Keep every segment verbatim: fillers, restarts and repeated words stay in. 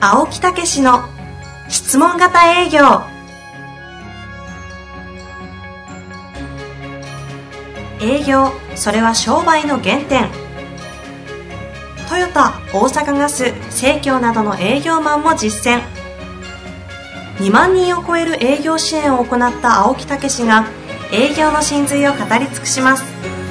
青木武氏の質問型営業。営業、それは商売の原点。トヨタ、大阪ガス、生協などの営業マンも実践。にまんにんを超える営業支援を行った青木武氏が営業の真髄を語り尽くします。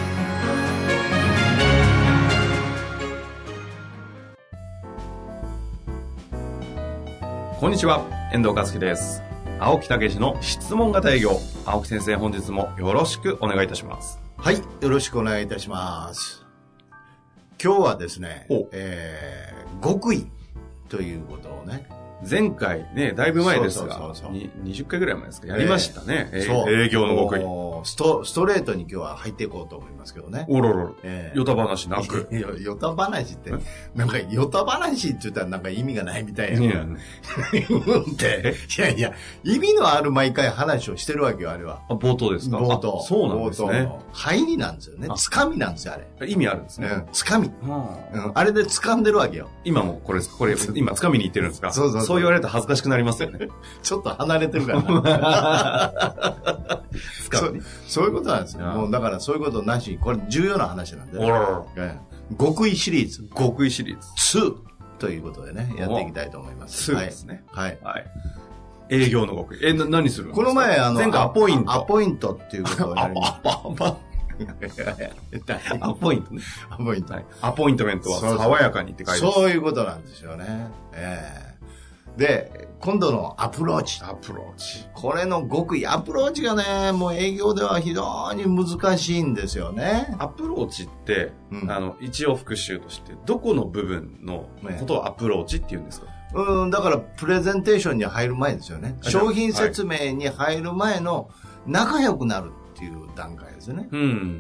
こんにちは、遠藤和樹です。青木武の質問型営業。青木先生、本日もよろしくお願いいたします。 はい、よろしくお願いいたします。今日はですね、えー、極意ということをね、 前回ね、だいぶ前ですが、 そうそうそうそうににじゅっかいぐらい前ですか、やりましたね。 えー、そう営業の極意。 スト、ストレートに今日は入っていこうと思いますけどね。 おろろろ。 えー、 よた話なく。 よ、よた話って、なんか、よた話って言ったらなんか意味がないみたいな。 いやって、いやいや、意味のある毎回話をしてるわけよ、あれは。 あ、冒頭ですか？ 冒頭。 そうなんですね。 入りなんですよね。つかみなんですよ、あれ。 意味あるんですね。 うん、つかみ、 はあうん。あれで掴んでるわけよ。 今もこれ、これ、今掴みに行ってるんですか？ そうそうそう。 そう言われると恥ずかしくなりますよね。 ちょっと離れてるからな。 掴みそ, そういうことなんですよ。もうだからそういうことなし、これ重要な話なんで、ね。 おろろ。 極意シリーズ。 極意シリーズ。 にということでね、やっていきたいと思います。 にですね。 はい。 はい。営業の極意。え、な、何するんですか？ この前、あの、 前回アポイント。 アポイントっていうことをやりました。 アポ、アポ、アポイントね。 アポイント。 アポイントメントは爽やかにって書いてます。 そういうことなんですよね。えーで、今度のアプローチ。 アプローチ。 これの極意。アプローチがね、もう営業では非常に難しいんですよね。 アプローチって、うん、あの、一応復習として、どこの部分のことをアプローチって言うんですか？ うん、だからプレゼンテーションに入る前ですよね。商品説明に入る前の仲良くなるっていう段階ですね。 うん、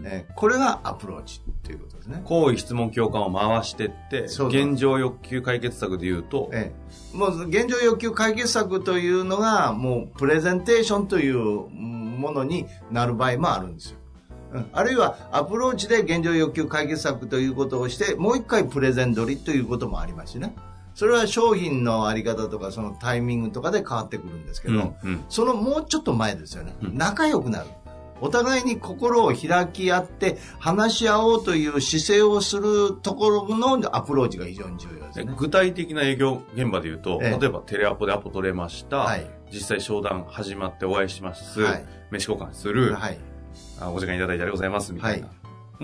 えこれがアプローチっていうことですね。 好意質問共感を回してって、そうそう現状欲求解決策で言うと、 ええ、もう現状欲求解決策というのがもうプレゼンテーションというものになる場合もあるんですよ。うん、あるいはアプローチで現状欲求解決策ということをしてもう一回プレゼン取りということもありますしね。それは商品のあり方とかそのタイミングとかで変わってくるんですけど、うんうん、そのもうちょっと前ですよね。うん、仲良くなる。お互いに心を開き合って話し合おうという姿勢をするところのアプローチが非常に重要ですね。 具体的な営業現場で言うと、 ええ、 例えばテレアポでアポ取れました、 はい、 実際商談始まってお会いします、 はい、 飯交換する、 はい、 あお時間いただいてありがとうございますみたいな、 はい、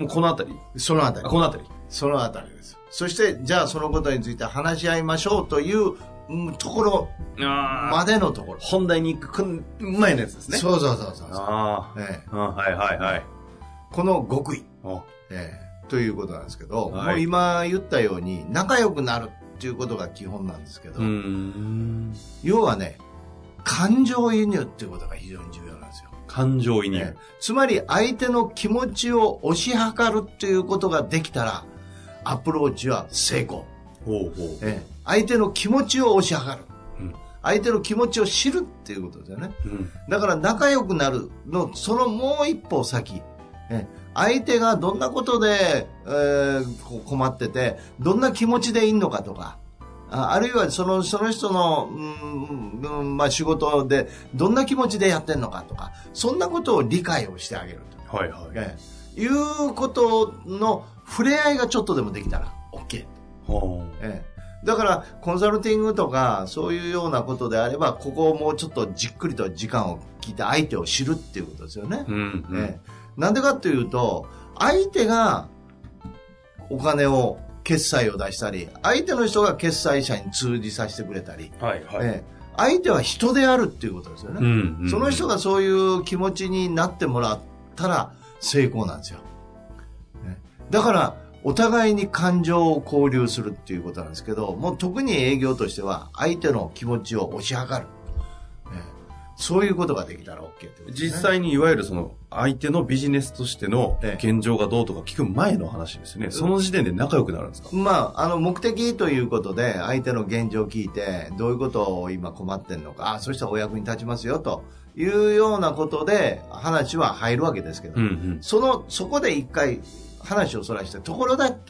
もうこのあたりそのあたりこのあたりそのあたりです。そしてじゃあそのことについて話し合いましょうといううん、ところまでのところ本題に行く前のやつですね。 そうそうそうそうあ、ええ、あはいはいはい。 この極意、ええ、ということなんですけど、はい、もう今言ったように仲良くなるっていうことが基本なんですけど、 うーん要はね感情移入っていうことが非常に重要なんですよ。 感情移入、 ええ、つまり相手の気持ちを推し量るっていうことができたらアプローチは成功。 ほうほう、 ええ、相手の気持ちを推し量る、 うん、 相手の気持ちを知るっていうことですよね、 うん、 だから仲良くなるのそのもう一歩先、ええ、相手がどんなことで、えー、困っててどんな気持ちでいいのかとか あ, あるいはその、その人の、うんうんまあ、仕事でどんな気持ちでやってんのかとかそんなことを理解をしてあげると、 はいはいええ、いうことの触れ合いがちょっとでもできたら OK、ええ、だからコンサルティングとかそういうようなことであればここをもうちょっとじっくりと時間を聞いて相手を知るっていうことですよね、 うんうんええ、なんでかっていうと相手がお金を決済を出したり相手の人が決済者に通じさせてくれたり、 はいはい、 ええ、相手は人であるっていうことですよね、 うんうんうん、 その人がそういう気持ちになってもらったら成功なんですよ、ね、だからお互いに感情を交流するっていうことなんですけどもう特に営業としては相手の気持ちを推し量る、ね、そういうことができたら OK ってことですね。 実際にいわゆるその相手のビジネスとしての現状がどうとか聞く前の話ですね、ええ、その時点で仲良くなるんですか？ まあ、あの目的ということで相手の現状を聞いてどういうことを今困ってるのかあそうしたらお役に立ちますよというようなことで話は入るわけですけど、 うんうん、 そのそこで一回話をそらしてところだと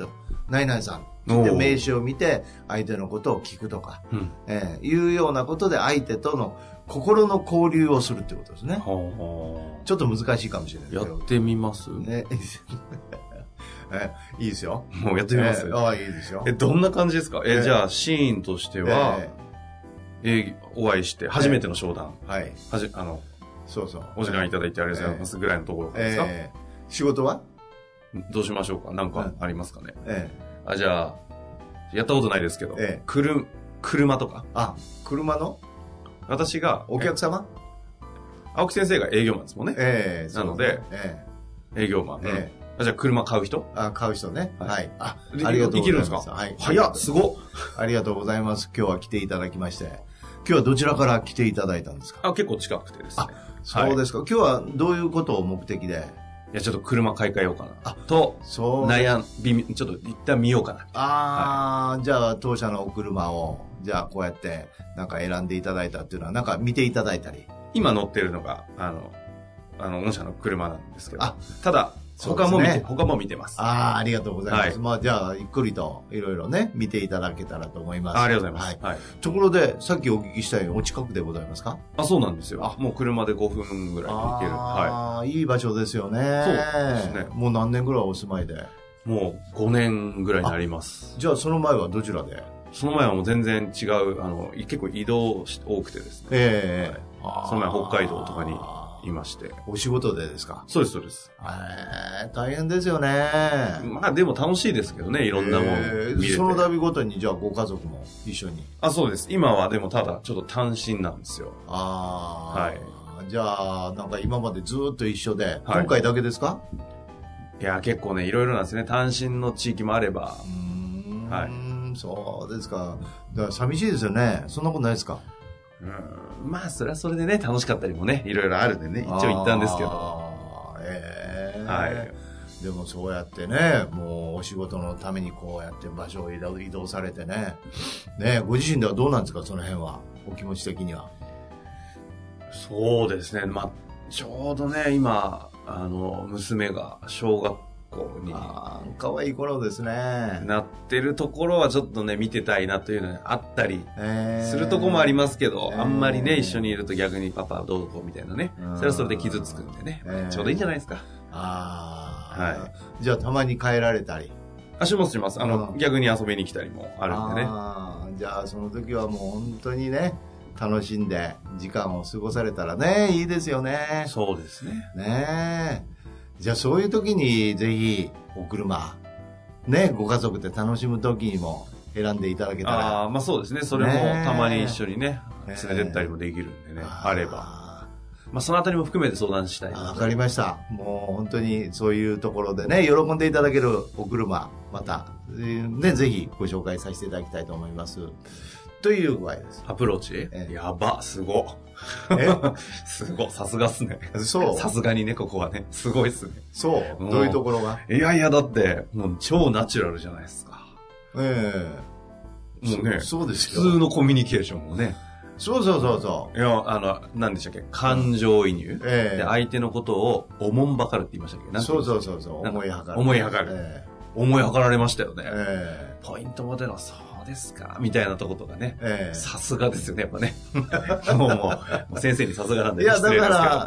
何々さんで名刺を見て相手のことを聞くとか、うんえー、いうようなことで相手との心の交流をするってことですね。はあ、ちょっと難しいかもしれないけど。 やってみます、 ね、えいいですよ。 もうやってみます、 えー、ああいいですよ。 えどんな感じですか。え、えー、じゃあシーンとしては、えー、えー、お会いして初めての商談、 えー、はいはじあのそうそうお時間いただいてありがとうございます、えー、ぐらいのところからですか。 えー、仕事はどうしましょうか。なんかありますかね。 えー、あじゃあやったことないですけど、 えー、 くる車とか。 あ車の私がお客様、 青木先生が営業マンですもんね。 えー、 なので、 えー、営業マン、 えー、あじゃあ車買う人あ買う人ね。はい。はい、 あ、ありがとうございます。いけるんですか。 はい。 早っ、すごっ。 ありがとうございます。今日は来ていただきまして。今日はどちらから来ていただいたんですか。 あ、結構近くてですね。 あ、そうですか。はい、今日はどういうことを目的で。 いや、ちょっと車買い替えようかな。あ、と、そう。悩ん、ちょっと一旦見ようかな。 ああ、はい、じゃあ当社のお車を、じゃあこうやってなんか選んでいただいたっていうのは、なんか見ていただいたり。 今乗ってるのが、あの、あの、御社の車なんですけど。あ、ただ、他も見て、ね、他も見てます。 ああ、ありがとうございます。はい、まあ、じゃあ、ゆっくりと、いろいろね、見ていただけたらと思います。 あ, ありがとうございます。 はい。はい、ところで、さっきお聞きしたように、お近くでございますか。 あ、そうなんですよ。あ、もう車でごふんぐらいで行ける。 ああ、はい、いい場所ですよね。 そうですね。 もう何年ぐらいお住まいで。 もうごねんぐらいになります。 じゃあ、その前はどちらで。 その前はもう全然違う、あの、結構移動多くてですね。 ええーはい、その前は北海道とかにいまして。 お仕事でですか。 そうです、そうです。 ええー、大変ですよね。 まあでも楽しいですけどね、いろんなもの見れて、えー、 その度ごとにじゃあご家族も一緒に。 あ、そうです。今はでもただちょっと単身なんですよ。 ああ。 はい。 じゃあ、なんか今までずっと一緒で、はい、今回だけですか。 いや、結構ね、いろいろなんですね。単身の地域もあれば。 うーん。 はい。 そうですか。だから寂しいですよね。そんなことないですか。 うん。まあ、それはそれでね、楽しかったりもね、いろいろあるんでね、一応行ったんですけど。 ああ、ええー。 はい。 でもそうやってね、もうお仕事のためにこうやって場所を移動されてね。ね、ご自身ではどうなんですか、その辺は。お気持ち的には。 そうですね。まあ、ちょうどね、今、あの、娘が小学校に。 ああ、可愛い頃ですね。 なってるところはちょっとね、見てたいなというのがあったりするとこもありますけど、えー、あんまりね、一緒にいると逆にパパどうこうみたいなね。それはそれで傷つくんでね。えー、ちょうどいいんじゃないですか。 ああ。 はい。 じゃあたまに帰られたり。 あ、しますします。あの、逆に遊びに来たりもあるんでね。 ああ。じゃあその時はもう本当にね、楽しんで時間を過ごされたらね、いいですよね。 そうですね。 ねえ。じゃあそういう時にぜひお車、ね、ご家族で楽しむ時にも選んでいただけたら。 ああ、まあそうですね。それもたまに一緒にね、連れてったりもできるんでね、あれば。まあそのあたりも含めて相談したい。 わかりました。もう本当にそういうところでね、喜んでいただけるお車、また、ね、ぜひご紹介させていただきたいと思います。という具合です。 アプローチ、えやば、すご。えすご、さすがっすね。 そう。 さすがにね、ここはね、すごいっすね。 そう。どういうところが。 いやいや、だって、もう超ナチュラルじゃないですか。 ええー、もうねそ、そうですよ。 普通のコミュニケーションもね。 そうそうそうそう。 いや、あの、何でしたっけ、感情移入。 ええー。 で、相手のことをおもんばかるって言いましたっけ。なんそうそうそうそう。思いはかる。 思いはかる。えー、思いはかられましたよね。 ええー、ポイントも出の、そうですか、みたいなとことかね。 ええー。 さすがですよね、やっぱね。もう、もう先生にさすがなんで。 いや、だから、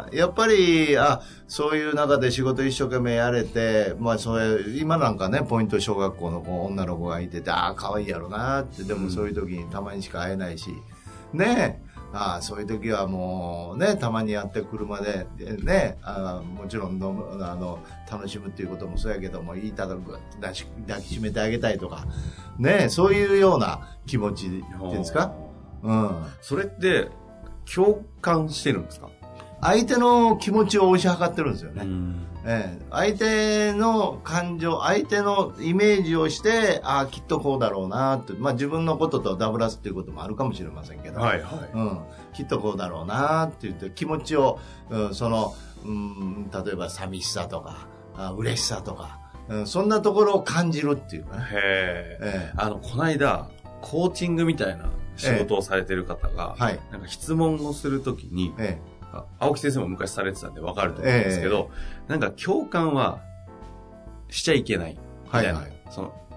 やっぱり、あ、そういう中で仕事一生懸命やれて、まあ、それ、今なんかね、ポイント小学校の子、女の子がいてて、ああ、可愛いやろなって、でもそういう時にたまにしか会えないし、ねえ。ああ、そういう時はもうね、たまにやって車で、ね、あもちろんのあの楽しむっていうこともそうやけども、いいただく抱き抱きしめてあげたいとか、ね、そういうような気持ちっていうんですか。うん。 それって共感してるんですか？ 相手の気持ちを推し量ってるんですよね。 うんええ、相手の感情、相手のイメージをして、ああ、きっとこうだろうなって、まあ自分のこととダブらすっていうこともあるかもしれませんけど、 はいはい、 うん、きっとこうだろうなって言って気持ちを、うん、その、うん、例えば寂しさとか、あ嬉しさとか、うん、そんなところを感じるっていうかね。 へえ。あの、この間、コーチングみたいな仕事をされてる方が、 ええ、はい、 なんか質問をするときに、ええ、青木先生も昔されてたんで分かると思うんですけど、ええ、なんか共感はしちゃいけないみたいな、はいはい、その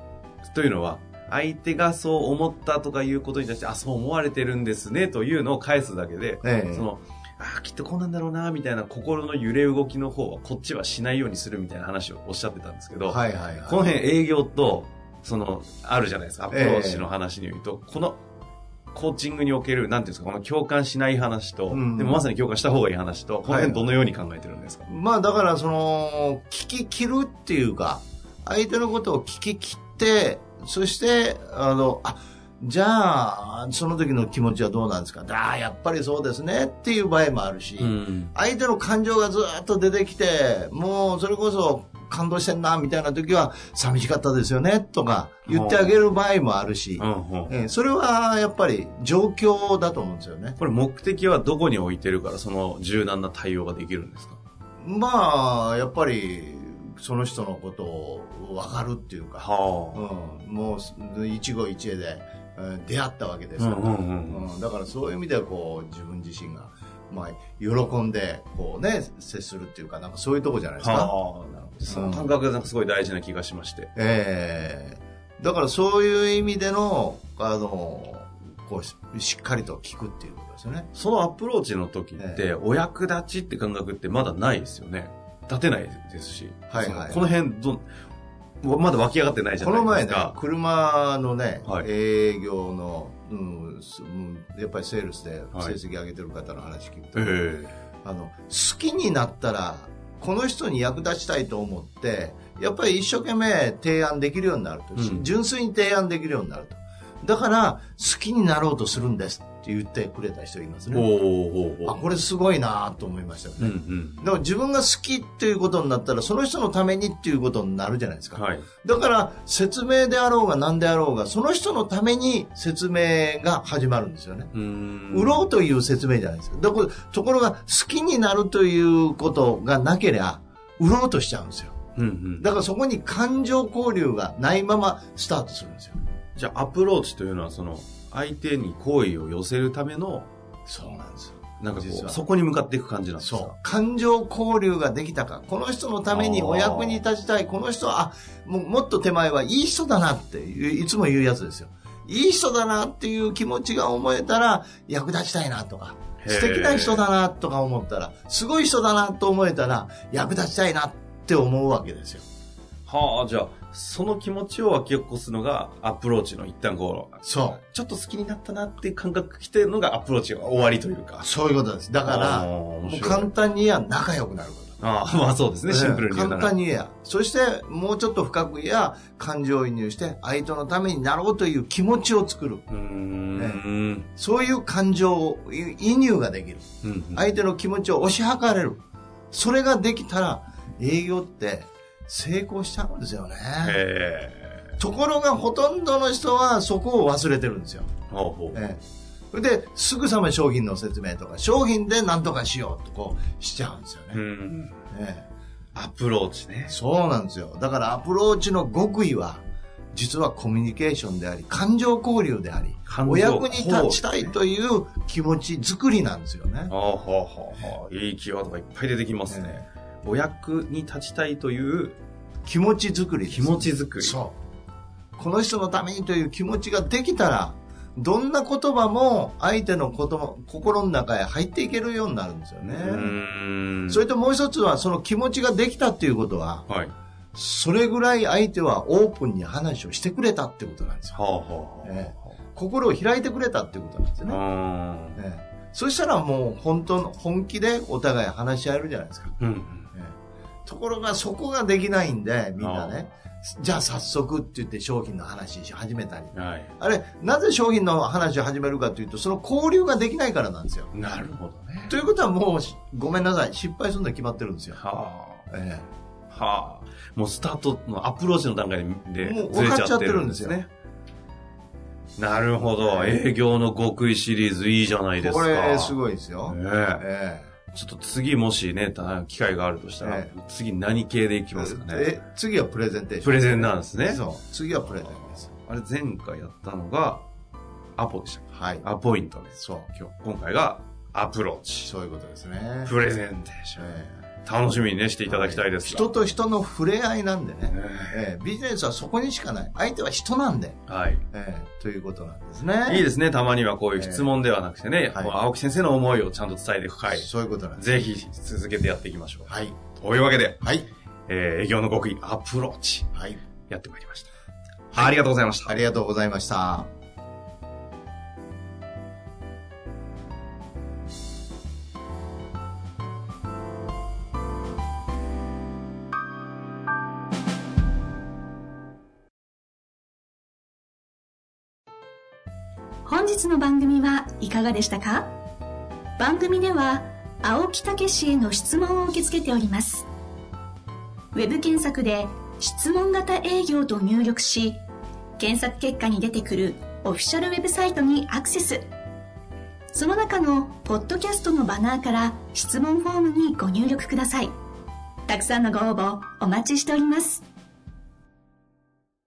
というのは、相手がそう思ったとかいうことに対して、あ、そう思われてるんですねというのを返すだけで、ええ、その、あ、きっとこうなんだろうなみたいな心の揺れ動きの方はこっちはしないようにするみたいな話をおっしゃってたんですけど、はいはいはい、この辺営業とそのあるじゃないですか、アプローチの話に言うと、ええ、このコーチングにおけるなんていうんですか、この共感しない話と、うん、でもまさに共感した方がいい話と、この辺どのように考えてるんですか？はい、 まあだからその聞き切るっていうか、相手のことを聞き切って、そしてあのあじゃあその時の気持ちはどうなんですか、ああやっぱりそうですねっていう場合もあるし、うん、相手の感情がずっと出てきて、もうそれこそ感動してんなみたいな時は寂しかったですよねとか言ってあげる場合もあるし、うんうんえー、それはやっぱり状況だと思うんですよね。 これ目的はどこに置いてるからその柔軟な対応ができるんですか？ まあやっぱりその人のことを分かるっていうか、はあうん、もう一期一会で出会ったわけですよ、うんうんうんうん、だからそういう意味ではこう自分自身が、まあ、喜んでこう、ね、接するっていうか、なんかそういうとこじゃないですか。はあ、なるほど。その感覚がすごい大事な気がしまして、うん、 えー、だからそういう意味でのあのこうしっかりと聞くっていうことですよね。 そのアプローチの時って、えー、お役立ちって感覚ってまだないですよね。立てないですし、はいはい、この辺どまだ湧き上がってないじゃないですか。この前ね、 車のね、はい、営業の、うん、やっぱりセールスで成績上げてる方の話聞くと、はい、あの好きになったらこの人に役立ちたいと思ってやっぱり一生懸命提案できるようになると、うん、純粋に提案できるようになると。だから好きになろうとするんですって言ってくれた人いますね。おーおーおー、あ、これすごいなと思いましたよね、うんうん、だから自分が好きっていうことになったらその人のためにっていうことになるじゃないですか、はい、だから説明であろうが何であろうがその人のために説明が始まるんですよね。うーん、売ろうという説明じゃないですか。だからところが好きになるということがなければ売ろうとしちゃうんですよ、うんうん、だからそこに感情交流がないままスタートするんですよ。 じゃあアプローチというのはその相手に好意を寄せるための、 そうなんですよ。 なんかこうそこに向かっていく感じなんですか？そう。 感情交流ができたか、この人のためにお役に立ちたい、この人はあもうもっと手前はいい人だなっていつも言うやつですよ。いい人だなっていう気持ちが思えたら役立ちたいなとか、素敵な人だなとか思ったら、すごい人だなと思えたら役立ちたいなって思うわけですよ。 はあ、じゃあその気持ちを湧き起こすのがアプローチの一旦こう、そうちょっと好きになったなっていう感覚来てるのがアプローチが終わりというか、 そういうことです。だからもう簡単に言えば仲良くなること。 ああ、まあそうですね、シンプルに言うなら。 簡単に言えば、そしてもうちょっと深く言えば感情移入して相手のためになろうという気持ちを作る。うーん、ね、そういう感情移入ができる、うんうん、相手の気持ちを推し量れる。それができたら営業って成功しちゃうんですよね。へー。ところがほとんどの人はそこを忘れてるんですよ。ほうほう。えー、ですぐさま商品の説明とか商品で何とかしようとこうしちゃうんですよね。うん、 えー、アプローチね。 そうなんですよ。だからアプローチの極意は実はコミュニケーションであり感情交流でありお役に立ちたいという気持ち作りなんですよね。 ほうほうほうほう。いいキーワードがいっぱい出てきますね。えーお役に立ちたいという気持ち作りです。 気持ち作り。 そう。この人のためにという気持ちができたら、どんな言葉も相手のこと心の中へ入っていけるようになるんですよね。うーん。それともう一つは、その気持ちができたっていうことは、はい、それぐらい相手はオープンに話をしてくれたってことなんですよ。はあはあはあええ、心を開いてくれたってことなんですよね。ええ、そしたらもう本当の本気でお互い話し合えるじゃないですか。うん。ところがそこができないんでみんなね、じゃあ早速って言って商品の話し始めたり、はい、あれなぜ商品の話を始めるかというとその交流ができないからなんですよ。 なるほどね。 ということはもうごめんなさい失敗するの決まってるんですよ。はあ、ええ、はあ、もうスタートのアプローチの段階でもう分かっちゃってるんですよね。なるほど、えー、営業の極意シリーズいいじゃないですか。 これすごいですよ。えーえーちょっと次もしね、機会があるとしたら、えー、次何系でいきますかね。え、 次はプレゼンテーション。 プレゼンなんですね。 そう。次はプレゼンです。 あれ前回やったのが、アポでした。はい。アポイントです。そう。今日、今回がアプローチ。 そういうことですね。 プレゼンテーション。え楽しみにねしていただきたいですが、 人と人の触れ合いなんでね、えー、ビジネスはそこにしかない。相手は人なんで、 はい、 えー、ということなんですね。 いいですね。たまにはこういう質問ではなくてね、えーはい、青木先生の思いをちゃんと伝えていく回、 そういうことなんです。 ぜひ続けてやっていきましょう。 はい。 というわけで、 はい、 えー、営業の極意アプローチ、 はい、 やってまいりました。はい、ありがとうございました。 ありがとうございました。 本日の番組はいかがでしたか？番組では青木武氏への質問を受け付けております。ウェブ検索で質問型営業と入力し、検索結果に出てくるオフィシャルウェブサイトにアクセス。その中のポッドキャストのバナーから質問フォームにご入力ください。たくさんのご応募お待ちしております。